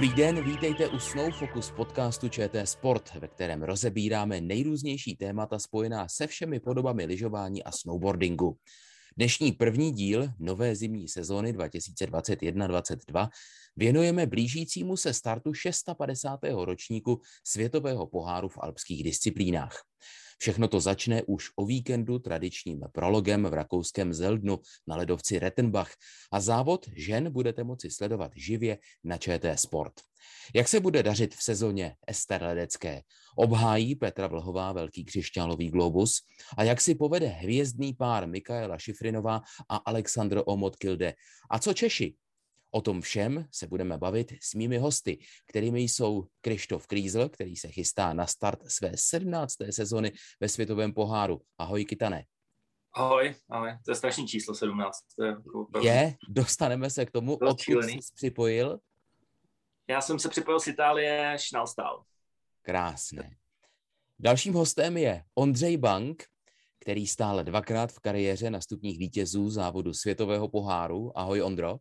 Dobrý den, vítejte u Snowfocus podcastu ČT Sport, ve kterém rozebíráme nejrůznější témata spojená se všemi podobami lyžování a snowboardingu. Dnešní první díl nové zimní sezóny 2021-22 věnujeme blížícímu se startu 650. ročníku Světového poháru v alpských disciplínách. Všechno to začne už o víkendu tradičním prologem v rakouském Zeldnu na ledovci Rettenbach a závod žen budete moci sledovat živě na ČT Sport. Jak se bude dařit v sezóně Ester Ledecké? Obhájí Petra Vlhová velký křišťálový globus? A jak si povede hvězdný pár Mikaela Šifrinová a Alexandr Omot-Kilde? A co Češi? O tom všem se budeme bavit s mými hosty, kterými jsou Krištof Krýzl, který se chystá na start své 17. sezony ve světovém poháru. Ahoj, Kytane. Ahoj, to je strašný číslo 17. Dostaneme se k tomu, odkud jsi připojil. Já jsem se připojil z Itálie, Schnallstal. Krásné. Dalším hostem je Ondřej Bank, který stál dvakrát v kariéře na stupních vítězů závodu světového poháru. Ahoj, Ondro.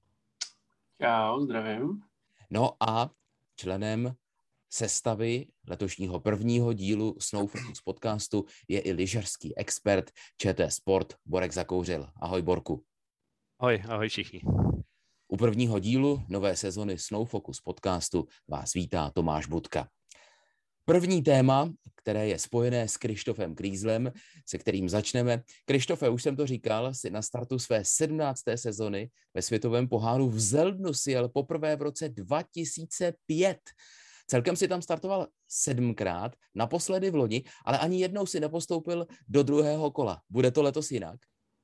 Čau, zdravím. No a členem sestavy letošního prvního dílu Snowfocus podcastu je i lyžařský expert ČT Sport Borek Zakouřil. Ahoj, Borku. Ahoj všichni. U prvního dílu nové sezony Snowfocus podcastu vás vítá Tomáš Budka. První téma, které je spojené s Krištofem Krýzlem, se kterým začneme. Krištofe, už jsem to říkal, si na startu své 17. sezony ve světovém poháru v Zeldnu si jel poprvé v roce 2005. Celkem si tam startoval 7krát, naposledy v loni, ale ani jednou si nepostoupil do druhého kola. Bude to letos jinak?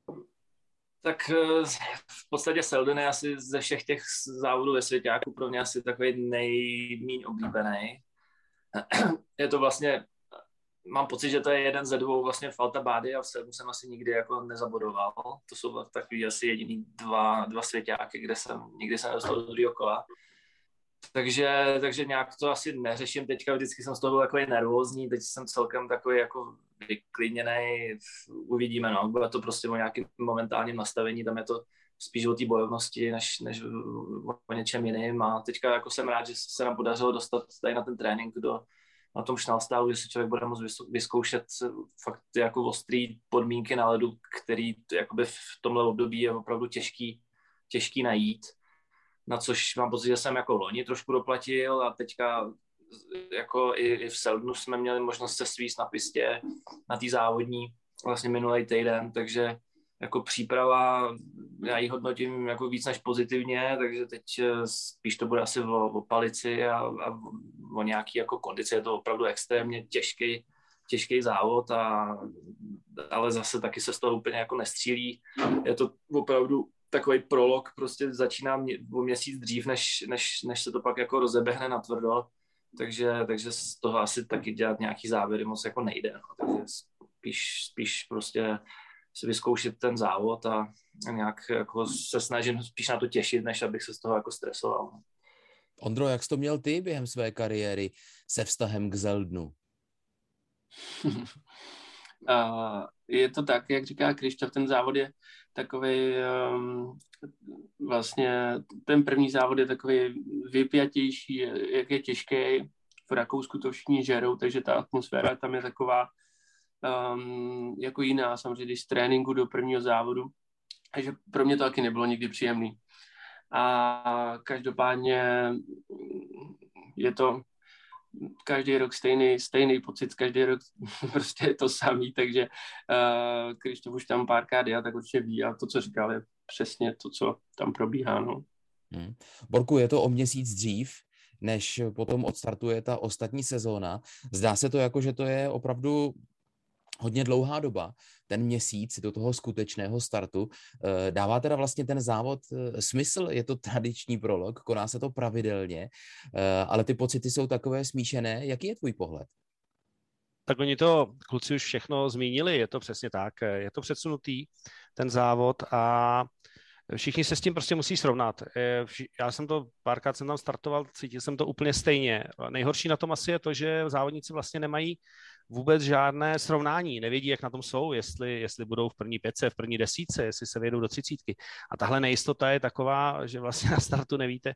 Tak v podstatě Zeldin je asi ze všech těch závodů ve svěťáku pro mě asi takový nejméně oblíbený. Je to vlastně, mám pocit, že to je jeden ze dvou vlastně v Alta Bády a v Zeldnu jsem asi nikdy jako nezabodoval. To jsou takový asi jediný dva svěťáky, kde jsem nikdy se nedostal do druhého kola. Takže nějak to asi neřeším teďka, vždycky jsem z toho byl takový nervózní, teď jsem celkem takový jako vyklidněný, uvidíme, no, bude to prostě o nějakém momentálním nastavení, tam je to spíš o té bojovnosti, než o něčem jiným a teďka jako jsem rád, že se nám podařilo dostat tady na ten trénink na tom Schnallstalu, že si člověk bude moct vyzkoušet fakt jako ostrý podmínky na ledu, který jakoby v tomhle období je opravdu těžký najít, na což mám pocit, že jsem jako loni trošku doplatil a teďka jako i v Zeldnu jsme měli možnost se svíst na pistě, na té závodní vlastně minulý týden, takže jako příprava, já ji hodnotím jako víc než pozitivně, takže teď spíš to bude asi o palici a o nějaký jako kondici, je to opravdu extrémně těžký závod, ale zase taky se z toho úplně jako nestřílí, je to opravdu takový prolog, prostě začíná o měsíc dřív, než se to pak jako rozeběhne na tvrdo, takže z toho asi taky dělat nějaký závěry moc jako nejde, no. Takže spíš prostě si vyzkoušet ten závod a nějak jako se snažím spíš na to těšit, než abych se z toho jako stresoval. Ondro, jak jsi to měl ty během své kariéry se vztahem k Zeldnu? Je to tak, jak říká Krištof, ten závod je takový, vlastně ten první závod je takový vypjatější, jak je těžký. V Rakousku to všichni žerou, takže ta atmosféra tam je taková jako jiná, samozřejmě když z tréninku do prvního závodu. Takže pro mě to taky nebylo nikdy příjemný. A každopádně je to každý rok stejný pocit, každý rok prostě je to samý, takže když to už tam párkrát je, tak určitě ví a to, co říkal, je přesně to, co tam probíhá. No. Borku, je to o měsíc dřív, než potom odstartuje ta ostatní sezóna. Zdá se to jako, že to je opravdu hodně dlouhá doba, ten měsíc do toho skutečného startu. Dává teda vlastně ten závod smysl? Je to tradiční prolog, koná se to pravidelně, ale ty pocity jsou takové smíšené. Jaký je tvůj pohled? Tak oni to kluci už všechno zmínili, je to přesně tak. Je to předsunutý, ten závod a všichni se s tím prostě musí srovnat. Já jsem to párkrát jsem tam startoval, cítil jsem to úplně stejně. Nejhorší na tom asi je to, že závodníci vlastně nemají vůbec žádné srovnání, nevědí, jak na tom jsou, jestli budou v první pětce, v první desítce, jestli se vědou do 30. A tahle nejistota je taková, že vlastně na startu nevíte,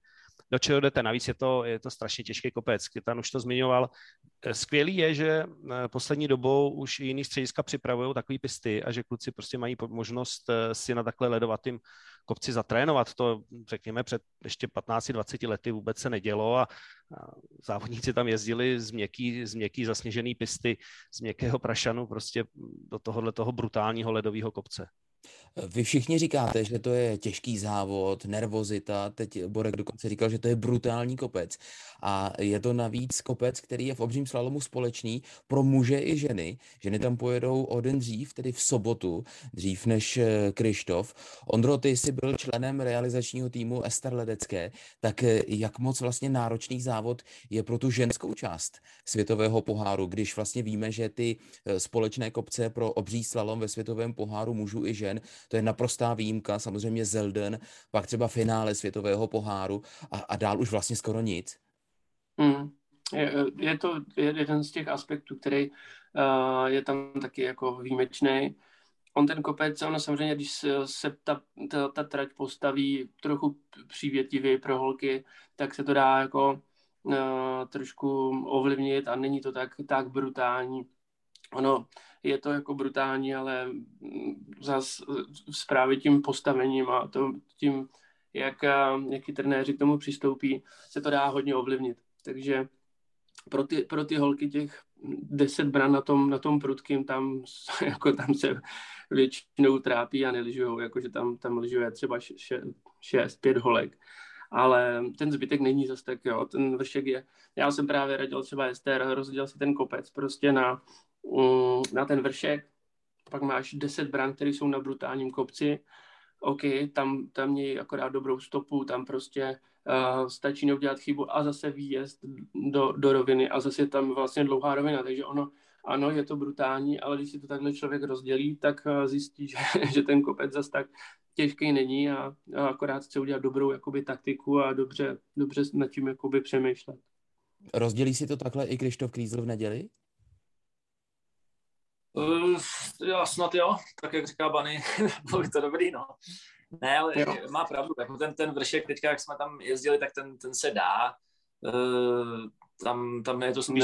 do čeho jdete. Navíc je to strašně těžký kopec. Kytan už to zmiňoval. Skvělý je, že poslední dobou už jiný střediska připravují takové pisty a že kluci prostě mají možnost si na takhle ledovatým kopci zatrénovat. To, řekněme, před ještě 15-20 lety vůbec se nedělo a závodníci tam jezdili z měkký zasněžený pisty, z měkkého prašanu prostě do toho brutálního ledového kopce. Vy všichni říkáte, že to je těžký závod, nervozita, teď Borek dokonce říkal, že to je brutální kopec a je to navíc kopec, který je v obřím slalomu společný pro muže i ženy. Ženy tam pojedou o den dřív, tedy v sobotu, dřív než Kryštof. Ondro, ty jsi byl členem realizačního týmu Ester Ledecké, tak jak moc vlastně náročný závod je pro tu ženskou část světového poháru, když vlastně víme, že ty společné kopce pro obří slalom ve světovém poháru mužů i žen, to je naprostá výjimka, samozřejmě Zelden, pak třeba finále světového poháru a dál už vlastně skoro nic. Je to jeden z těch aspektů, který je tam taky jako výjimečný. On ten kopec, ono samozřejmě, když se ta trať postaví trochu přívětivě pro holky, tak se to dá jako trošku ovlivnit a není to tak brutální. Ono je to jako brutální, ale zas právě tím postavením a tím, jak ti trenéři k tomu přistoupí, se to dá hodně ovlivnit. Takže pro ty holky těch 10 bran na tom prudkým, tam se většinou trápí a nelyžujou, jakože tam lyžuje třeba 6-5 holek. Ale ten zbytek není zase tak, jo. Ten vršek je, já jsem právě radil třeba Ester, rozdělil si ten kopec prostě na ten vršek, pak máš 10 bran, které jsou na brutálním kopci, OK, tam mějí akorát dobrou stopu, tam prostě stačí neudělat chybu a zase výjezd do roviny a zase je tam vlastně dlouhá rovina, takže ano, je to brutální, ale když si to takhle člověk rozdělí, tak zjistí, že ten kopec zase tak těžký není a akorát chce udělat dobrou jakoby taktiku a dobře nad tím jakoby přemýšlet. Rozdělí si to takhle i Kryštof Klízl v neděli? Já snad jo, tak jak říká Bany, bylo by to dobrý, no. Ne, ale jo. Má pravdu, jako ten vršek teďka, jak jsme tam jezdili, tak ten se dá. Tam je to spíš...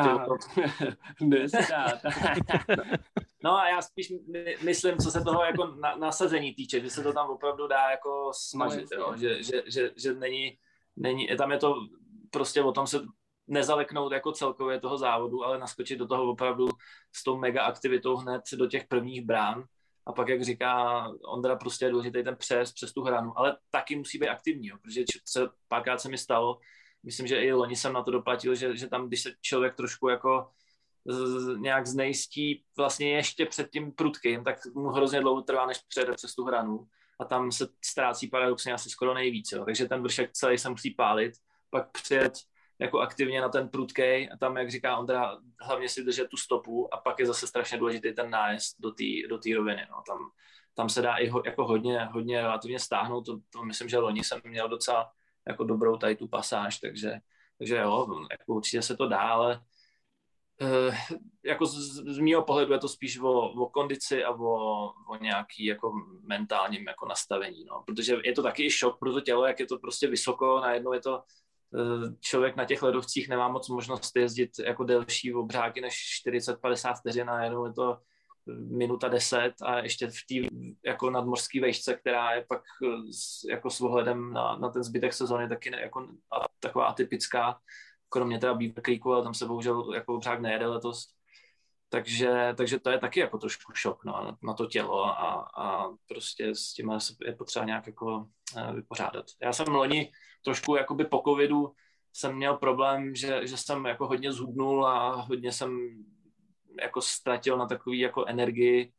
Nesedá. No a já spíš myslím, co se toho jako nasazení týče, že se to tam opravdu dá jako smažit, jo? Že není, tam je to prostě o tom se nezaleknout jako celkově toho závodu, ale naskočit do toho opravdu s tou mega aktivitou hned do těch prvních brán. A pak, jak říká Ondra, prostě je důležitý ten přes tu hranu, ale taky musí být aktivní, jo, protože párkrát se mi stalo, myslím, že i loni jsem na to doplatil, že tam, když se člověk trošku jako nějak znejistí vlastně ještě před tím prudkým, tak mu hrozně dlouho trvá, než přejde přes tu hranu a tam se ztrácí paradoxně asi skoro nejvíc, jo. Takže ten vršek celý se musí pálit, pak přijet jako aktivně na ten prudkej a tam, jak říká Ondra, hlavně si držet tu stopu a pak je zase strašně důležitý ten nájezd do té roviny. No. Tam se dá i jako hodně relativně stáhnout, to myslím, že loni jsem měl docela jako dobrou tady tu pasáž, takže jo, jako určitě se to dá, ale jako z mýho pohledu je to spíš o kondici a o nějaký jako mentálním jako nastavení, no. Protože je to taky i šok pro to tělo, jak je to prostě vysoko, najednou je to člověk na těch ledovcích nemá moc možnost jezdit jako delší obřáky než 40-50 vteřin a jenom je to minuta 10 a ještě v té jako nadmořské vejšce, která je pak jako s ohledem na ten zbytek sezóny taky jako taková atypická, kromě teda Beaver Creeku, ale tam se bohužel jako obřák nejede letos. Takže to je taky jako trošku šok, no, na to tělo a prostě s tím je potřeba nějak jako vypořádat. Já jsem loni trošku jakoby po covidu jsem měl problém, že jsem jako hodně zhubnul a hodně jsem jako ztratil na takový jako energii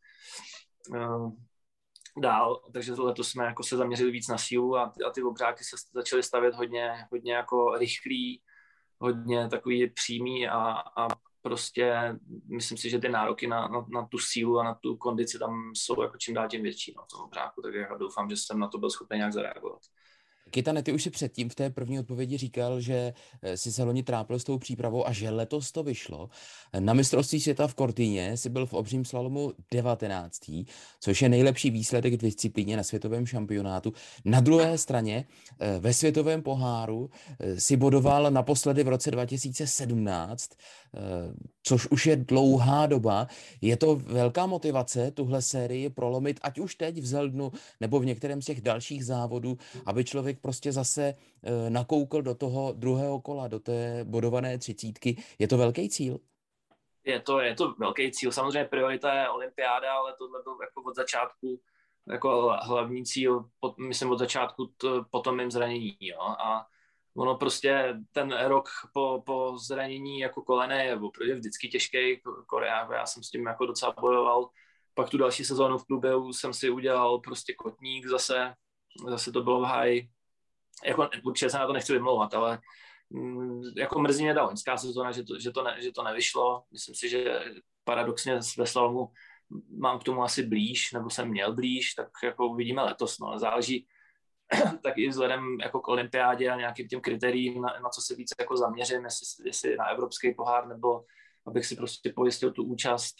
dál, takže letos jsme jako se zaměřili víc na sílu a ty obřáky se začaly stavět hodně jako rychlý, hodně takový přímý a prostě myslím si, že ty nároky na tu sílu a na tu kondici tam jsou jako čím dál tím větší, no, v tom obřáku, tak já doufám, že jsem na to byl schopný nějak zareagovat. Kytane, ty už si předtím v té první odpovědi říkal, že si se loni trápil s tou přípravou a že letos to vyšlo. Na mistrovství světa v Cortině si byl v obřím slalomu 19., což je nejlepší výsledek v disciplíně na světovém šampionátu. Na druhé straně ve světovém poháru si bodoval naposledy v roce 2017, což už je dlouhá doba. Je to velká motivace tuhle sérii prolomit, ať už teď v Zeldnu nebo v některém z těch dalších závodů, aby člověk prostě zase nakoukl do toho druhého kola, do té bodované 30. Je to velký cíl? Je to velký cíl. Samozřejmě priorita je olympiáda, ale tohle byl jako od začátku jako hlavní cíl, myslím od začátku po tom mým zranění. Jo? A ono prostě ten rok po zranění jako kolene je opravdu vždycky těžký. Já jsem s tím jako docela bojoval. Pak tu další sezónu v klubě jsem si udělal prostě kotník zase to bylo v háji. Jako, určitě se na to nechci vymlouvat, ale jako mrzí mě ta loňská sezóna, že to nevyšlo. Myslím si, že paradoxně ve slalomu mám k tomu asi blíž, nebo jsem měl blíž, tak jako uvidíme letos. No. Záleží tak i vzhledem jako k olympiádě a nějakým těm kritériím, na co se více jako zaměřím, jestli na evropský pohár, nebo abych si prostě pojistil tu účast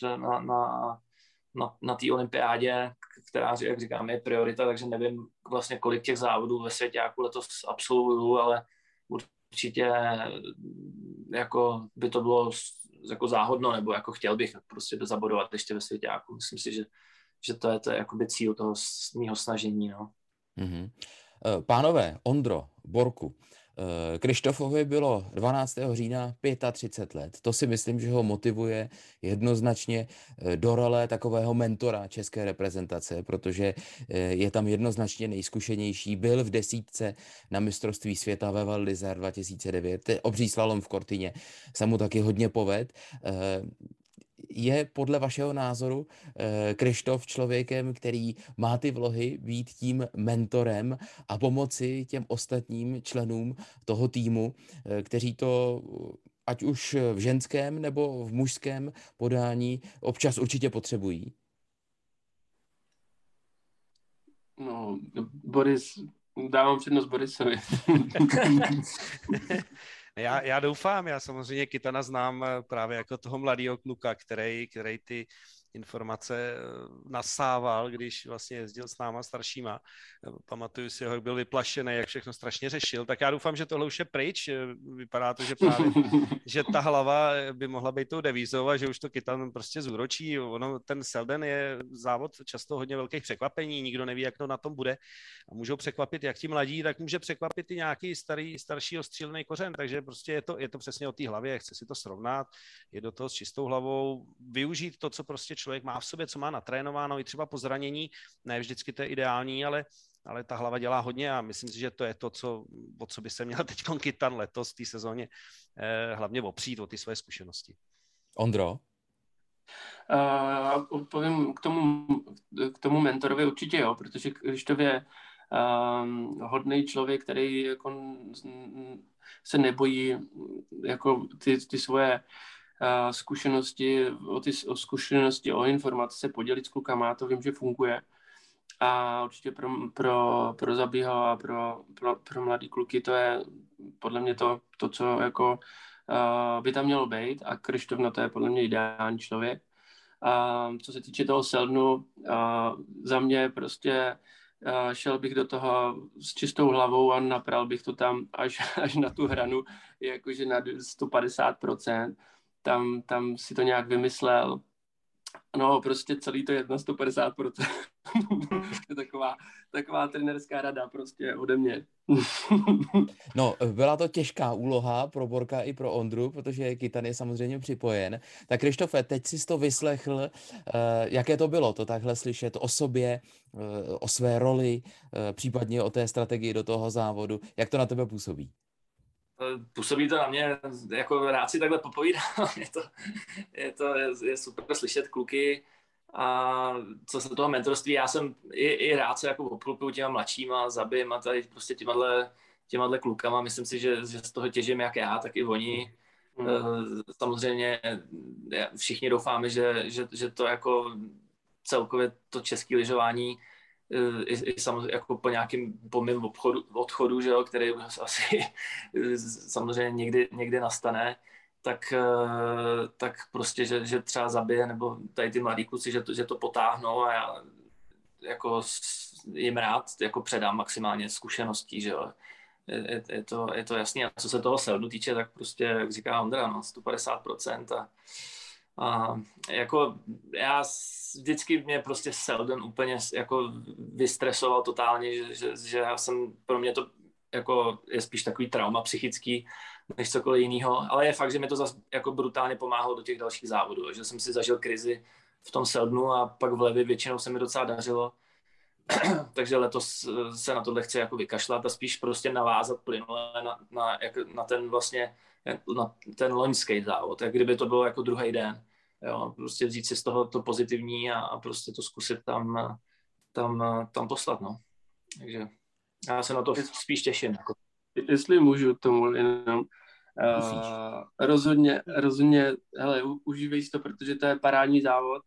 na té olympiádě, která, jak říkám, je priorita, takže nevím vlastně, kolik těch závodů ve světě jako letos absolvuju, ale určitě jako by to bylo jako záhodno, nebo jako chtěl bych prostě zabodovat ještě ve světě. Myslím si, že to je jakoby cíl toho mýho snažení. No. Mm-hmm. Pánové, Ondro, Borku, Krištofovi bylo 12. října 35 let. To si myslím, že ho motivuje jednoznačně do role takového mentora české reprezentace, protože je tam jednoznačně nejzkušenější. Byl v desítce na mistrovství světa ve Val d'Isère 2009. Obří slalom v Cortině se mu taky hodně poved. Je podle vašeho názoru Krištof člověkem, který má ty vlohy být tím mentorem a pomoci těm ostatním členům toho týmu, kteří to ať už v ženském nebo v mužském podání občas určitě potřebují? No, dávám přednost Borisovi. Já doufám, já samozřejmě Kytana znám právě jako toho mladého kluka, který ty informace nasával, když vlastně jezdil s náma staršíma. Pamatuju si ho, jak byl vyplašený, jak všechno strašně řešil. Tak já doufám, že tohle už je pryč. Vypadá to, že právě že ta hlava by mohla být tou devízou a že už to Kytan prostě zúročí. Ono, ten Selden je závod často hodně velkých překvapení, nikdo neví, jak to na tom bude. A můžou překvapit jak ti mladí, tak může překvapit i nějaký starší ostřílený kořen. Takže prostě je to přesně o té hlavě, chce si to srovnat, je do toho s čistou hlavou, využít to, co prostě člověk má v sobě, co má natrénováno i třeba po zranění. Ne vždycky to je ideální, ale ta hlava dělá hodně a myslím si, že to je to, o co by se měl teď Kytan letos v té sezóně hlavně opřít o ty své zkušenosti. Ondro? Odpovím k tomu mentorovi určitě jo, protože Krištof je hodný člověk, který jako se nebojí jako ty svoje zkušenosti, o zkušenosti, o informace se podělit s klukama, to vím, že funguje. A určitě pro Zabího a pro mladý kluky to je podle mě to co jako by tam mělo být a Krištof na to je podle mě ideální člověk. A co se týče toho Seldnu, za mě prostě šel bych do toho s čistou hlavou a napral bych to tam až na tu hranu, jakože na 150%. Tam si to nějak vymyslel. No, prostě celý to je na 150%. taková trenérská rada prostě ode mě. No, byla to těžká úloha pro Borka i pro Ondru, protože Kytan je samozřejmě připojen. Tak Krištofe, teď jsi to vyslechl, jaké to bylo to takhle slyšet o sobě, o své roli, případně o té strategii do toho závodu. Jak to na tebe působí? Působí to na mě, jako rád si takhle popovídám, je super slyšet kluky a co se toho mentorství, já jsem i rád se jako obklopuju těma mladšíma, Zabim a tady prostě těma klukama, myslím si, že z toho těžím jak já, tak i oni. Samozřejmě všichni doufáme, že to jako celkově to české lyžování i samozřejmě jako po mém odchodu, že jo, který asi samozřejmě někdy nastane, tak prostě, že třeba zabije, nebo tady ty mladí kluci, že to potáhnou a já jako jim rád jako předám maximálně zkušeností, že jo. Je to jasný. A co se toho Seldu týče, tak prostě, jak říká Ondra, 150%. A jako já vždycky mě prostě Selden úplně jako vystresoval totálně, že já pro mě to jako je spíš takový trauma psychický, než cokoliv jiného, ale je fakt, že mi to zase jako brutálně pomáhalo do těch dalších závodů, že jsem si zažil krizi v tom Seldnu a pak v Levi většinou se mi docela dařilo, takže letos se na tohle chci jako vykašlat a spíš prostě navázat plynule na ten vlastně, na ten loňský závod, jak kdyby to bylo jako druhý den. Jo, prostě vzít si z toho to pozitivní a prostě to zkusit tam poslat, no. Takže já se na to spíš těším. Jako. Jestli můžu tomu jenom rozhodně, hele, užívej si to, protože to je parádní závod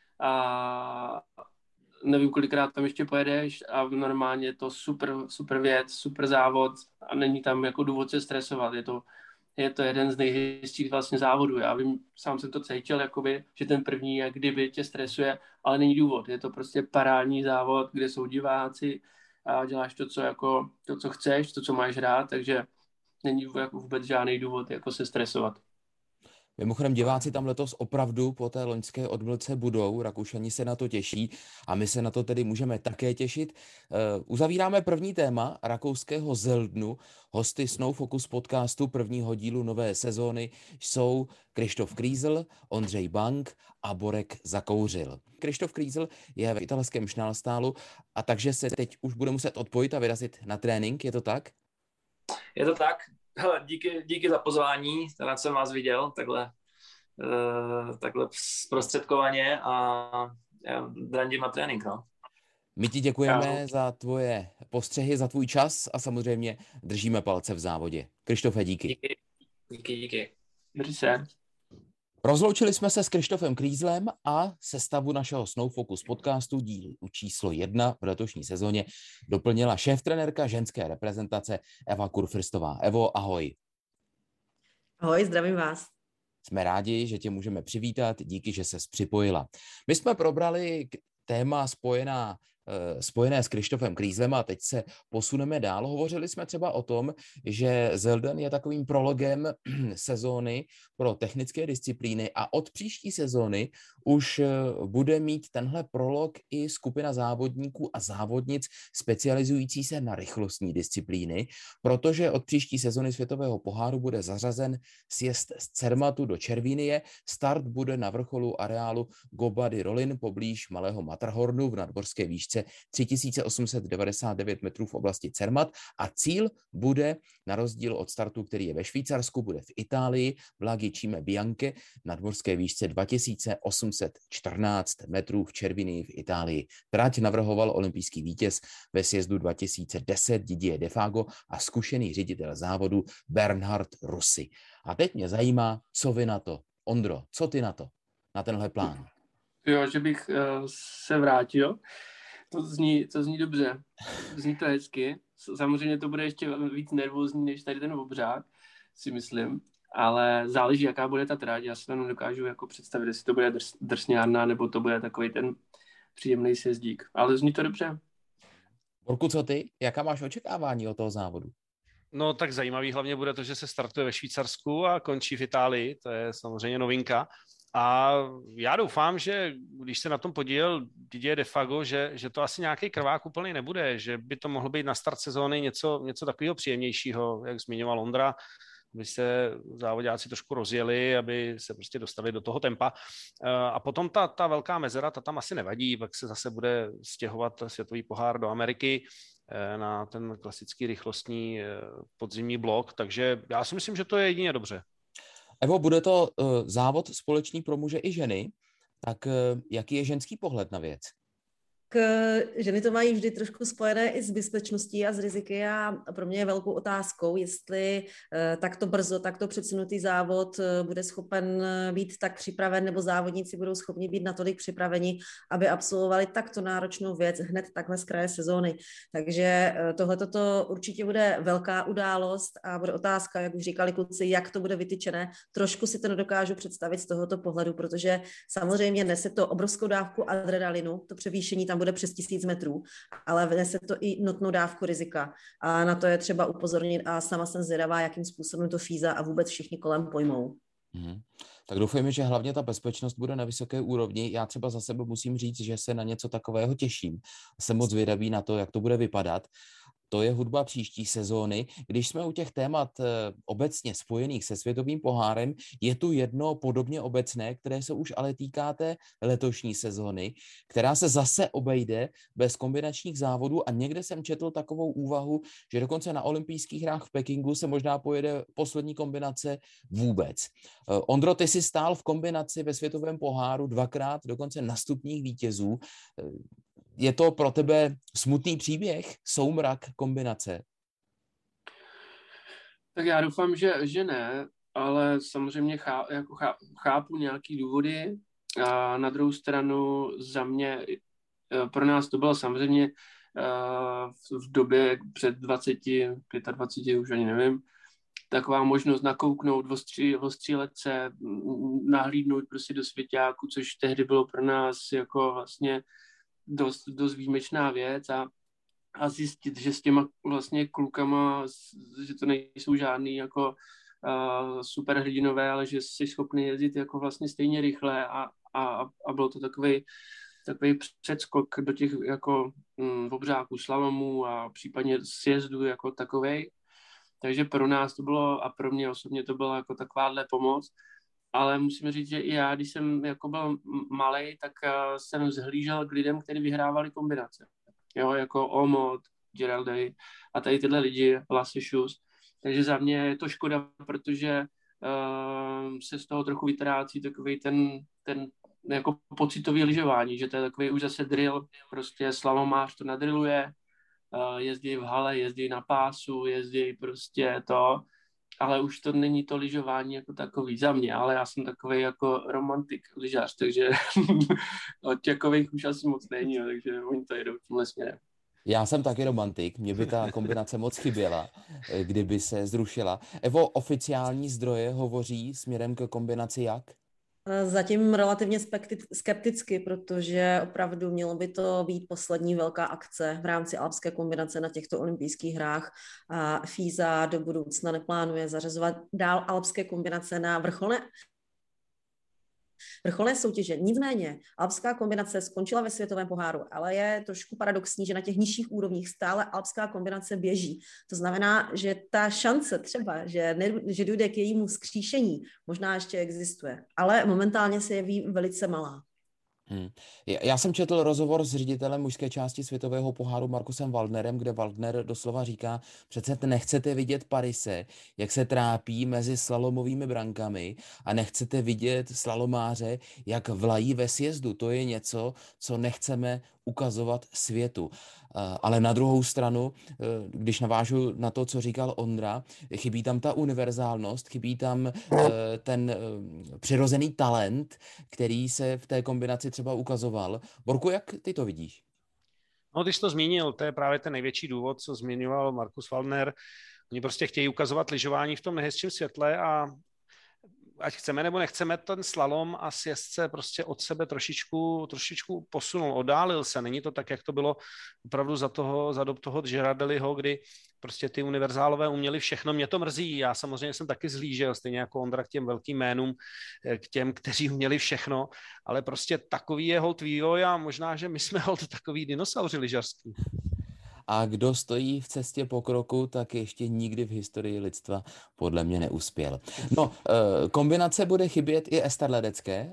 a nevím, kolikrát tam ještě pojedeš a normálně je to super věc, super závod a není tam jako důvod se stresovat, je to jeden z nejhezčích vlastně závodů. Já vím, sám jsem to cítil, jakoby, že ten první jak kdyby tě stresuje, ale není důvod. Je to prostě parádní závod, kde jsou diváci a děláš to, co chceš, to, co máš rád, takže není jako vůbec žádný důvod jako se stresovat. Mimochodem diváci tam letos opravdu po té loňské odmlce budou, Rakušani se na to těší a my se na to tedy můžeme také těšit. Uzavíráme první téma rakouského Seldenu. Hosty Snow Focus podcastu prvního dílu nové sezóny jsou Krištof Krízl, Ondřej Bank a Borek Zakouřil. Krištof Krízl je v italském Schnallstálu a takže se teď už bude muset odpojit a vyrazit na trénink, je to tak? Je to tak. Hele, díky za pozvání, rád jsem vás viděl, takhle zprostředkovaně a já drandím na trénink, no. My ti děkujeme za tvoje postřehy, za tvůj čas a samozřejmě držíme palce v závodě. Krištofe, díky. Díky. Drž se. Rozloučili jsme se s Krištofem Krízlem a sestavu našeho Snow Focus podcastu dílu číslo 1 v letošní sezóně doplnila šéftrenérka ženské reprezentace Eva Kurfirstová. Evo, ahoj. Ahoj, zdravím vás. Jsme rádi, že tě můžeme přivítat, díky, že ses připojila. My jsme probrali téma spojené s Krištofem Krízlem a teď se posuneme dál. Hovořili jsme třeba o tom, že Selden je takovým prologem sezóny pro technické disciplíny a od příští sezóny už bude mít tenhle prolog i skupina závodníků a závodnic specializující se na rychlostní disciplíny, protože od příští sezóny světového poháru bude zařazen sjezd z Zermatu do Červínie. Start bude na vrcholu areálu Goba di Rolin poblíž Malého Matterhornu v nadmorské výšce 3899 metrů v oblasti Zermatt a cíl bude, na rozdíl od startu, který je ve Švýcarsku, bude v Itálii, v Laghi Cime Bianche, nadmorské výšce 2814 metrů v Červinii v Itálii. Trať navrhoval olympijský vítěz ve sjezdu 2010 Didier Defago a zkušený ředitel závodu Bernhard Russi. A teď mě zajímá, co vy na to. Ondro, co ty na to? Na tenhle plán? Jo, že bych se vrátil. To zní dobře. Zní to hezky. Samozřejmě to bude ještě víc nervózní, než tady ten obřád, si myslím. Ale záleží, jaká bude ta trať. Já si to nedokážu jako představit, jestli to bude drsňárna, nebo to bude takový ten příjemný sjezdík. Ale zní to dobře. Borku, co ty? Jaká máš očekávání od toho závodu? No tak zajímavý hlavně bude to, že se startuje ve Švýcarsku a končí v Itálii. To je samozřejmě novinka. A já doufám, že když se na tom podílel Didier Defago, že to asi nějaký krvák úplně nebude, že by to mohlo být na start sezóny něco takového příjemnějšího, jak zmiňoval Ondra, aby se závodáci trošku rozjeli, aby se prostě dostali do toho tempa. A potom ta velká mezera, ta tam asi nevadí, pak se zase bude stěhovat světový pohár do Ameriky na ten klasický rychlostní podzimní blok, takže já si myslím, že to je jedině dobře. Evo, bude to závod společný pro muže i ženy, tak jaký je ženský pohled na věc? ženy to mají vždy trošku spojené i s bezpečností a s riziky a pro mě je velkou otázkou, jestli takto brzo, takto předsunutý závod bude schopen být tak připraven, nebo závodníci budou schopni být natolik připraveni, aby absolvovali takto náročnou věc hned takhle z kraje sezóny. Takže tohleto určitě bude velká událost a bude otázka, jak už říkali kluci, jak to bude vytyčené. Trošku si to nedokážu představit z tohoto pohledu, protože samozřejmě nese to obrovskou dávku adrenalinu, to převýšení tam bude přes 1000 metrů, ale nese to i nutnou dávku rizika. A na to je třeba upozornit a sama jsem zvědavá, jakým způsobem to FISA a vůbec všichni kolem pojmou. Tak doufejme, že hlavně ta bezpečnost bude na vysoké úrovni. Já třeba za sebe musím říct, že se na něco takového těším. Jsem moc zvědavý na to, jak to bude vypadat. To je hudba příští sezóny. Když jsme u těch témat obecně spojených se světovým pohárem, je tu jedno podobně obecné, které se už ale týká té letošní sezóny, která se zase obejde bez kombinačních závodů a někde jsem četl takovou úvahu, že dokonce na olympijských hrách v Pekingu se možná pojede poslední kombinace vůbec. Ondro, ty jsi stál v kombinaci ve světovém poháru dvakrát, dokonce na stupních vítězů. Je to pro tebe smutný příběh, soumrak kombinace? Tak já doufám, že ne, ale samozřejmě chápu nějaký důvody. A na druhou stranu za mě, pro nás to bylo samozřejmě v době před 25, už ani nevím, taková možnost nakouknout o střílece, nahlídnout prostě do svěťáku, což tehdy bylo pro nás jako vlastně dost výjimečná věc a zjistit, že s těma vlastně klukama, že to nejsou žádný jako super hrdinové, ale že jsi schopný jezdit jako vlastně stejně rychle a bylo to takový předskok do těch jako obřáků, slalomů a případně sjezdu jako takovej. Takže pro nás to bylo a pro mě osobně to byla jako takováhle pomoc. Ale musím říct, že i já, když jsem jako byl malej, tak jsem zhlížel k lidem, kteří vyhrávali kombinace. Jo, jako Omot, Geraldy a tady tyhle lidi, Lasse Schuss. Takže za mě je to škoda, protože se z toho trochu vytrácí takový ten jako pocitový lyžování, že to je takový už zase drill, prostě slalomář to nadrilluje, jezdí v hale, jezdí na pásu, jezdí prostě to, ale už to není to lyžování jako takový za mě, ale já jsem takový jako romantik lyžař, takže od takových už asi moc není, takže oni to jedou tímhle směrem. Já jsem taky romantik, mě by ta kombinace moc chyběla, kdyby se zrušila. Evo, oficiální zdroje hovoří směrem k kombinaci jak? Zatím relativně skepticky, protože opravdu mělo by to být poslední velká akce v rámci alpské kombinace na těchto olympijských hrách. A FISA do budoucna neplánuje zařazovat dál alpské kombinace na vrcholné soutěže. Nicméně alpská kombinace skončila ve světovém poháru, ale je trošku paradoxní, že na těch nižších úrovních stále alpská kombinace běží. To znamená, že ta šance třeba, že dojde k jejímu vzkříšení, možná ještě existuje, ale momentálně se jeví velice malá. Já jsem četl rozhovor s ředitelem mužské části světového poháru Markusem Waldnerem, kde Waldner doslova říká, přece nechcete vidět Parise, jak se trápí mezi slalomovými brankami a nechcete vidět slalomáře, jak vlají ve sjezdu. To je něco, co nechceme ukazovat světu. Ale na druhou stranu, když navážu na to, co říkal Ondra, chybí tam ta univerzálnost, chybí tam ten přirozený talent, který se v té kombinaci třeba ukazoval. Borku, jak ty to vidíš? No, když to zmínil, to je právě ten největší důvod, co zmiňoval Markus Waldner. Oni prostě chtějí ukazovat lyžování v tom nejhezčím světle a ať chceme nebo nechceme, ten slalom a sjezdce prostě od sebe trošičku posunul, oddálil se. Není to tak, jak to bylo opravdu za dob toho Girardelliho, kdy prostě ty univerzálové uměli všechno. Mě to mrzí, já samozřejmě jsem taky zhlížel, stejně jako Ondra k těm velkým jménům, k těm, kteří uměli všechno, ale prostě takový je holt vývoj a možná, že my jsme holt takový dinosauři lyžařský. A kdo stojí v cestě pokroku, tak ještě nikdy v historii lidstva podle mě neuspěl. No, kombinace bude chybět i Ester Ledecké,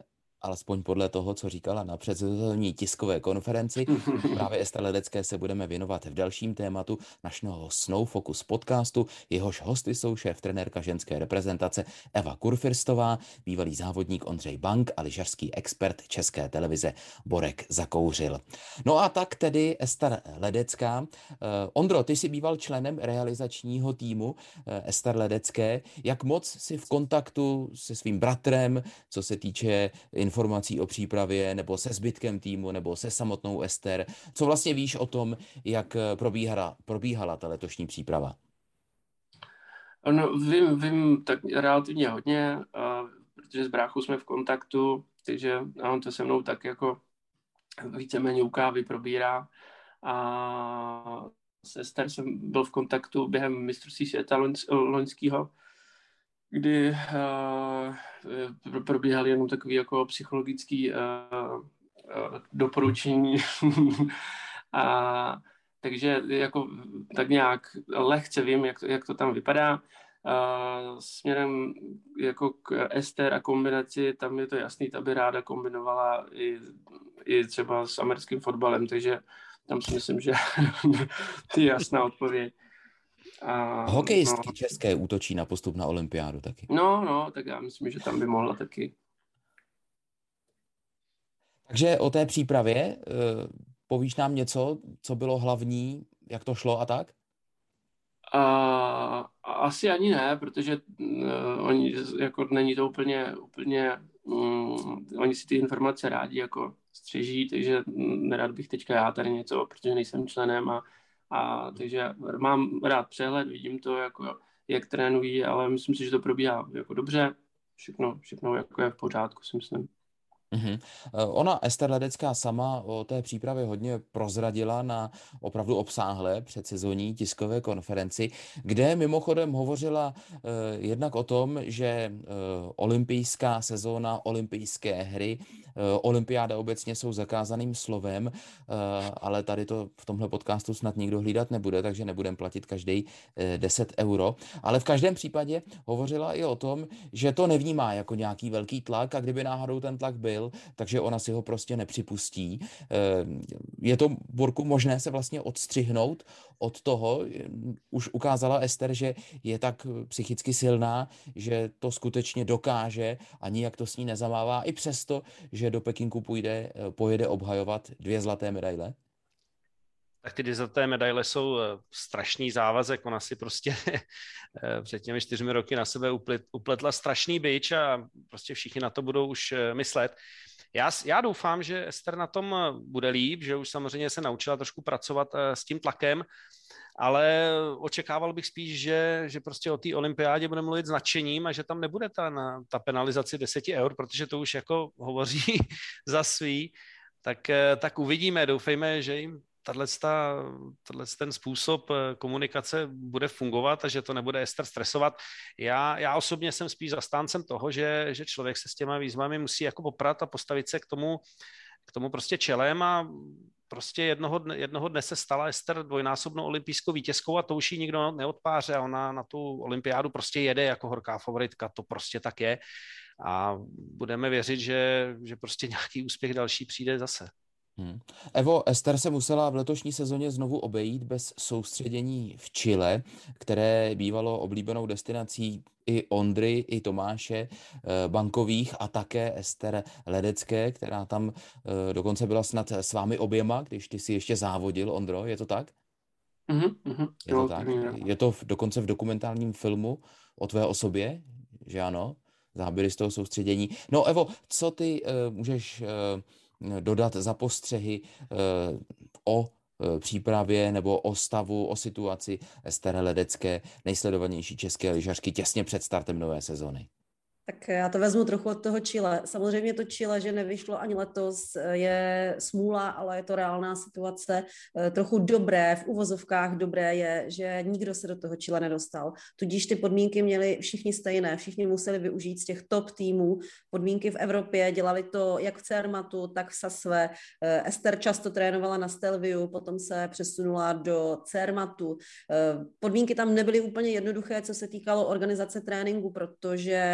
alespoň podle toho, co říkala na předsezónní tiskové konferenci. Právě Ester Ledecké se budeme věnovat v dalším tématu našeho Snow Focus podcastu. Jehož hosty jsou šéf-trenérka ženské reprezentace Eva Kurfirstová, bývalý závodník Ondřej Bank a lyžařský expert České televize Borek Zakouřil. No a tak tedy Ester Ledecká. Ondro, ty jsi býval členem realizačního týmu Ester Ledecké. Jak moc jsi v kontaktu se svým bratrem, co se týče informací o přípravě, nebo se zbytkem týmu, nebo se samotnou Ester? Co vlastně víš o tom, jak probíhala ta letošní příprava? No, vím tak relativně hodně, protože s bráchou jsme v kontaktu, takže on to se mnou tak jako víceméně u kávy probírá. A s Ester jsem byl v kontaktu během mistrovství světa loňského, kdy probíhaly jenom takový jako psychologický doporučení. Takže jako tak nějak lehce vím, jak to tam vypadá. Směrem jako k Ester a kombinaci, tam je to jasný, ta by ráda kombinovala i třeba s americkým fotbalem, takže tam si myslím, že je jasná odpověď. Hokejistky české útočí na postup na olympiádu taky. No, tak já myslím, že tam by mohla taky. Takže o té přípravě povíš nám něco, co bylo hlavní, jak to šlo a tak? Asi ani ne, protože oni jako není to úplně oni si ty informace rádi jako střeží, takže nerad bych teďka já tady něco, protože nejsem členem a takže mám rád přehled, vidím to, jako, jak trénují, ale myslím si, že to probíhá jako dobře, všechno jako je v pořádku, si myslím. Mm-hmm. Ona, Ester Ledecká, sama o té přípravě hodně prozradila na opravdu obsáhlé předsezonní tiskové konferenci, kde mimochodem hovořila jednak o tom, že olympijská sezóna, olympijské hry, olympiáda obecně jsou zakázaným slovem, ale tady to v tomhle podcastu snad nikdo hlídat nebude, takže nebudeme platit každý 10 euro. Ale v každém případě hovořila i o tom, že to nevnímá jako nějaký velký tlak a kdyby náhodou ten tlak byl, takže ona si ho prostě nepřipustí. Je to, Borku, možné se vlastně odstřihnout od toho? Už ukázala Ester, že je tak psychicky silná, že to skutečně dokáže a nijak to s ní nezamává, i přesto, že do Pekingu pojede obhajovat 2 zlaté medaile? Tak ty 2 zlaté medaile jsou strašný závazek. Ona si prostě před těmi 4 roky na sebe upletla strašný bič a prostě všichni na to budou už myslet. Já doufám, že Ester na tom bude líp, že už samozřejmě se naučila trošku pracovat s tím tlakem, ale očekával bych spíš, že prostě o té olympiádě bude mluvit s nadšením a že tam nebude ta penalizace 10 eur, protože to už jako hovoří za svý. Tak uvidíme, doufejme, že jim ten způsob komunikace bude fungovat a že to nebude Ester stresovat. Já osobně jsem spíš zastáncem toho, že člověk se s těma výzvami musí jako poprat a postavit se k tomu prostě čelem a prostě jednoho dne se stala Ester dvojnásobnou olympijskou vítězkou a to už ji nikdo neodpáře a ona na tu olympiádu prostě jede jako horká favoritka, to prostě tak je a budeme věřit, že prostě nějaký úspěch další přijde zase. Evo, Ester se musela v letošní sezóně znovu obejít bez soustředění v Chile, které bývalo oblíbenou destinací i Ondry, i Tomáše Bankových a také Ester Ledecké, která tam dokonce byla snad s vámi oběma, když ty si ještě závodil, Ondro, je to tak? Je to tak? Je to dokonce v dokumentárním filmu o tvé osobě, že ano? Záběry z toho soustředění. No Evo, co ty můžeš dodat za postřehy o přípravě nebo o stavu, o situaci Ester Ledecké, nejsledovanější české lyžařky těsně před startem nové sezony? Tak já to vezmu trochu od toho Chile. Samozřejmě to Chile, že nevyšlo ani letos, je smůla, ale je to reálná situace. Trochu dobré, v uvozovkách dobré je, že nikdo se do toho Chile nedostal. Tudíž ty podmínky měli všichni stejné, všichni museli využít z těch top týmů. Podmínky v Evropě, dělali to jak v Cermatu, tak v Sasve. Ester často trénovala na Stelviu, potom se přesunula do Cermatu. Podmínky tam nebyly úplně jednoduché, co se týkalo organizace tréninku, protože zkrátka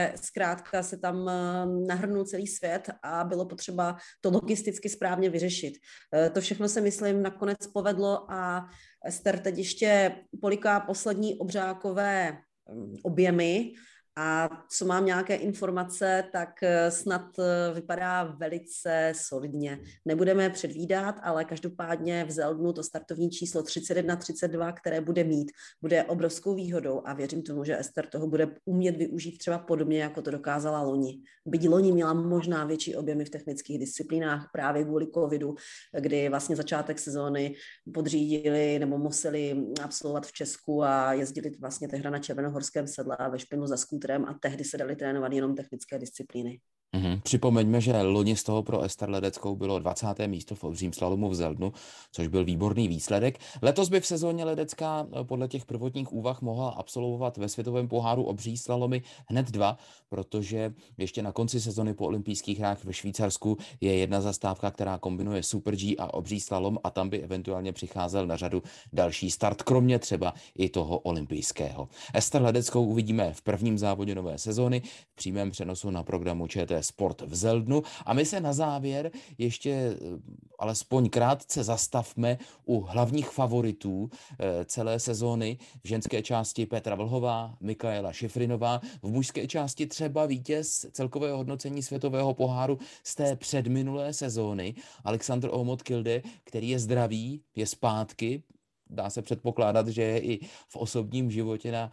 zkrátka se tam nahrnul celý svět a bylo potřeba to logisticky správně vyřešit. To všechno se, myslím, nakonec povedlo a Ester teď ještě poliká poslední obřákové objemy a co mám nějaké informace, tak snad vypadá velice solidně. Nebudeme předvídat, ale každopádně v Zeldnu to startovní číslo 31-32, které bude mít, bude obrovskou výhodou a věřím tomu, že Ester toho bude umět využít třeba podobně, jako to dokázala loni. Byť loni měla možná větší objemy v technických disciplínách právě kvůli covidu, kdy vlastně začátek sezóny podřídili nebo museli absolvovat v Česku a jezdili vlastně tehdy na červenohorském sedle a ve špinu za skútrem a tehdy se daly trénovat jenom technické disciplíny. Připomeňme, že loni z toho pro Ester Ledeckou bylo 20. místo v obřím slalomu v Zeldnu, což byl výborný výsledek. Letos by v sezóně Ledecká podle těch prvotních úvah mohla absolvovat ve světovém poháru obří slalomy hned 2, protože ještě na konci sezony po olympijských hrách ve Švýcarsku je jedna zastávka, která kombinuje Super G a obří slalom a tam by eventuálně přicházel na řadu další start, kromě třeba i toho olympijského. Ester Ledeckou uvidíme v prvním závodě nové sezóny v přímém přenosu na programu ČT Sport v Zeldnu a my se na závěr ještě alespoň krátce zastavme u hlavních favoritů celé sezóny. V ženské části Petra Vlhová, Mikaela Šifrinová, v mužské části třeba vítěz celkového hodnocení světového poháru z té předminulé sezóny Alexander Omot-Kilde, který je zdravý, je zpátky. Dá se předpokládat, že je i v osobním životě na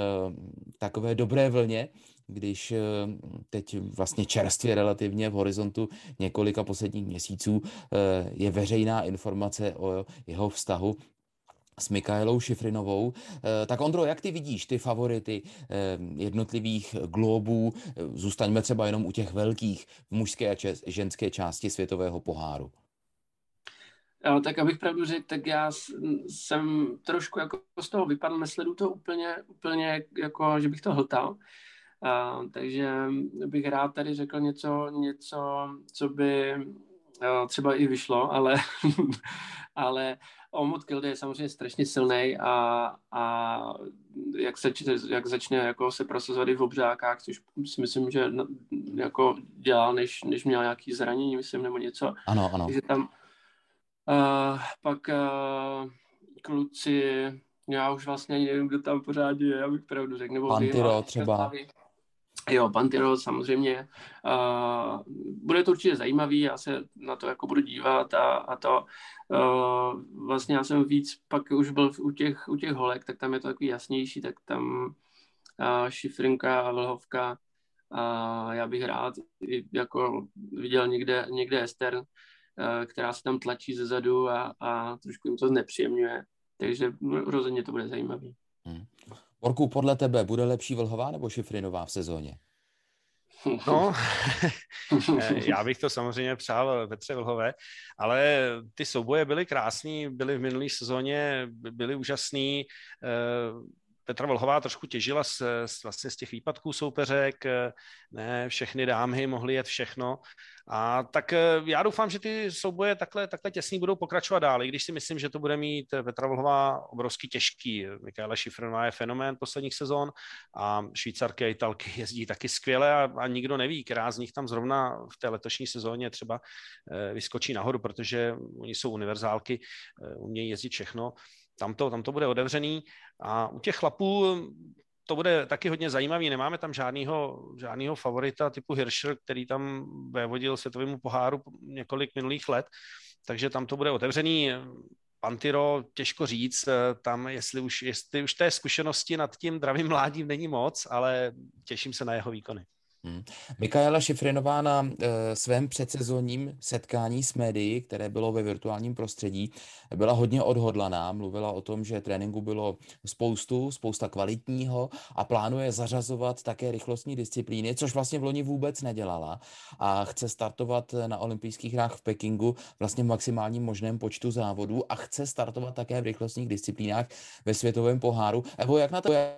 takové dobré vlně, když teď vlastně čerstvě relativně v horizontu několika posledních měsíců je veřejná informace o jeho vztahu s Mikaelou Šifrinovou. Tak Ondro, jak ty vidíš ty favority jednotlivých globů? Zůstaňme třeba jenom u těch velkých v mužské a ženské části světového poháru. Tak abych pravdu řekl, tak já jsem trošku jako z toho vypadl, nesleduju to úplně jako, že bych to hltal. Takže bych rád tady řekl něco, co by třeba i vyšlo, ale Omot-Kilde je samozřejmě strašně silný a jak začne jako se prosazovat i v obřákách, což si myslím, že jako dělal, než měl nějaký zranění, myslím, nebo něco. Ano. Takže tam pak kluci, já už vlastně ani nevím, kdo tam pořád je, abych pravdu řekl. Nebo Pantiro třeba. Jo, Pantiro samozřejmě. Bude to určitě zajímavý, já se na to jako budu dívat a to vlastně já jsem víc, pak už byl u těch holek, tak tam je to takový jasnější, tak tam Šifrinka a Vlhovka. Já bych rád jako viděl někde Ester, která se tam tlačí zezadu a trošku jim to znepříjemňuje. Takže rozhodně to bude zajímavý. Borku, podle tebe bude lepší Vlhová nebo Šifrinová v sezóně? No, já bych to samozřejmě přál Petře Vlhové, ale ty souboje byly krásný, byly v minulé sezóně, byly úžasný. Petra Vlhová trošku těžila vlastně z těch výpadků soupeřek, ne všechny dámy mohly jet všechno. A tak já doufám, že ty souboje takhle těsný budou pokračovat dál, i když si myslím, že to bude mít Petra Vlhová obrovsky těžký. Mikaela Šifrinová je fenomén posledních sezon a Švýcarky a Italky jezdí taky skvěle a nikdo neví, která z nich tam zrovna v té letošní sezóně třeba vyskočí nahoru, protože oni jsou univerzálky, umějí jezdit všechno. Tam to bude otevřený a u těch chlapů to bude taky hodně zajímavý. Nemáme tam žádnýho favorita typu Hirscher, který tam vévodil světovému poháru několik minulých let, takže tam to bude otevřený. Pantiro, těžko říct, tam jestli už té zkušenosti nad tím dravým mládím není moc, ale těším se na jeho výkony. Mikaela Šifrinová na svém předsezónním setkání s médií, které bylo ve virtuálním prostředí, byla hodně odhodlaná. Mluvila o tom, že tréninku bylo spousta kvalitního a plánuje zařazovat také rychlostní disciplíny, což vlastně v loni vůbec nedělala. A chce startovat na olympijských hrách v Pekingu vlastně v maximálním možném počtu závodů a chce startovat také v rychlostních disciplínách ve světovém poháru. Evo, jak na to je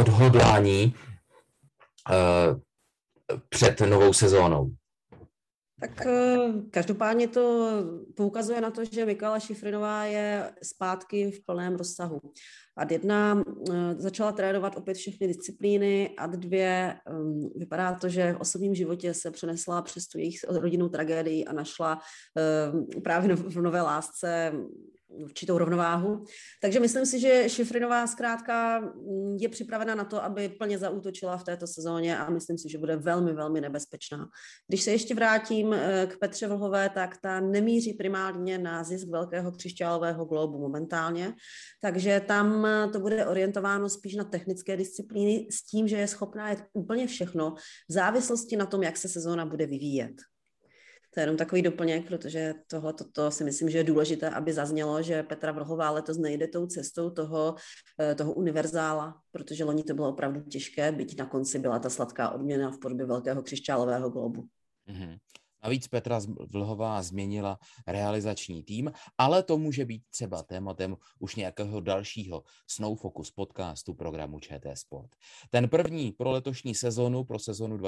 odhodlání před novou sezónou? Tak každopádně to poukazuje na to, že Mikaela Šifrinová je zpátky v plném rozsahu. Ad 1 začala trénovat opět všechny disciplíny, Ad 2 vypadá to, že v osobním životě se přenesla přes tu jejich rodinnou tragédii a našla právě v nové lásce určitou rovnováhu. Takže myslím si, že Šifrinová zkrátka je připravena na to, aby plně zaútočila v této sezóně a myslím si, že bude velmi, velmi nebezpečná. Když se ještě vrátím k Petře Vlhové, tak ta nemíří primárně na zisk velkého křišťálového glóbu momentálně, takže tam to bude orientováno spíš na technické disciplíny s tím, že je schopná jet úplně všechno v závislosti na tom, jak se sezóna bude vyvíjet. To je jenom takový doplněk, protože toto si myslím, že je důležité, aby zaznělo, že Petra Vlhová letos nejde tou cestou toho univerzála, protože loni to bylo opravdu těžké, byť na konci byla ta sladká odměna v podobě velkého křišťálového globu. Mm-hmm. Navíc Petra Vlhová změnila realizační tým, ale to může být třeba tématem už nějakého dalšího Snow Focus podcastu programu ČT Sport. Ten první pro letošní sezonu, pro sezonu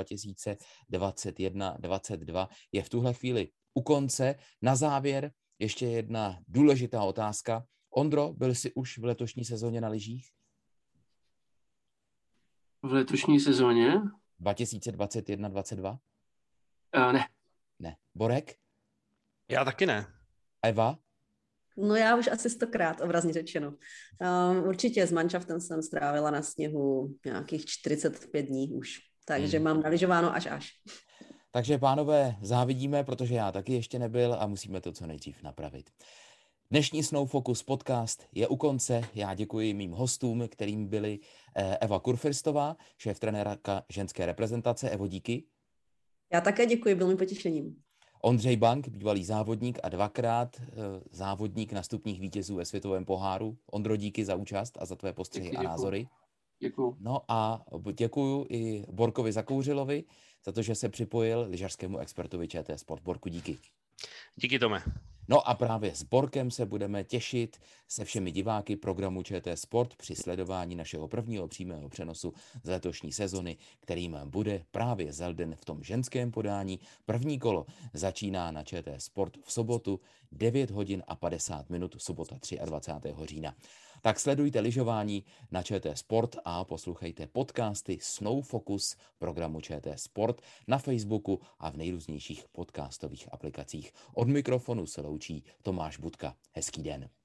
2021-22 je v tuhle chvíli u konce. Na závěr ještě jedna důležitá otázka. Ondro, byl jsi už v letošní sezóně na lyžích? V letošní sezóně? 2021-22? Ne. Ne. Borek? Já taky ne. Eva? No já už asi 100krát, obrazně řečeno. Určitě s manšaftem jsem strávila na sněhu nějakých 45 dní už, takže mám nalyžováno až. Takže pánové, závidíme, protože já taky ještě nebyl a musíme to co nejdřív napravit. Dnešní Snow Focus podcast je u konce. Já děkuji mým hostům, kterým byli Eva Kurfirstová, šéftrenérka ženské reprezentace. Evo, díky. Já také děkuji, byl mi potěšením. Ondřej Bank, bývalý závodník a 2krát závodník na stupních vítězů ve světovém poháru. Ondro, díky za účast a za tvé postřehy a názory. Děkuji. No a děkuju i Borkovi Zakouřilovi za to, že se připojil lyžařskému expertovi ČT Sport. Borku, díky. Díky, Tome. No a právě s Borkem se budeme těšit se všemi diváky programu ČT Sport při sledování našeho prvního přímého přenosu z letošní sezony, kterým bude právě Zelden v tom ženském podání. První kolo začíná na ČT Sport v sobotu 9 hodin a 50 minut, sobota 23. října. Tak sledujte lyžování na ČT Sport a poslouchejte podcasty Snow Focus programu ČT Sport na Facebooku a v nejrůznějších podcastových aplikacích. Od mikrofonu se loučí Tomáš Budka. Hezký den.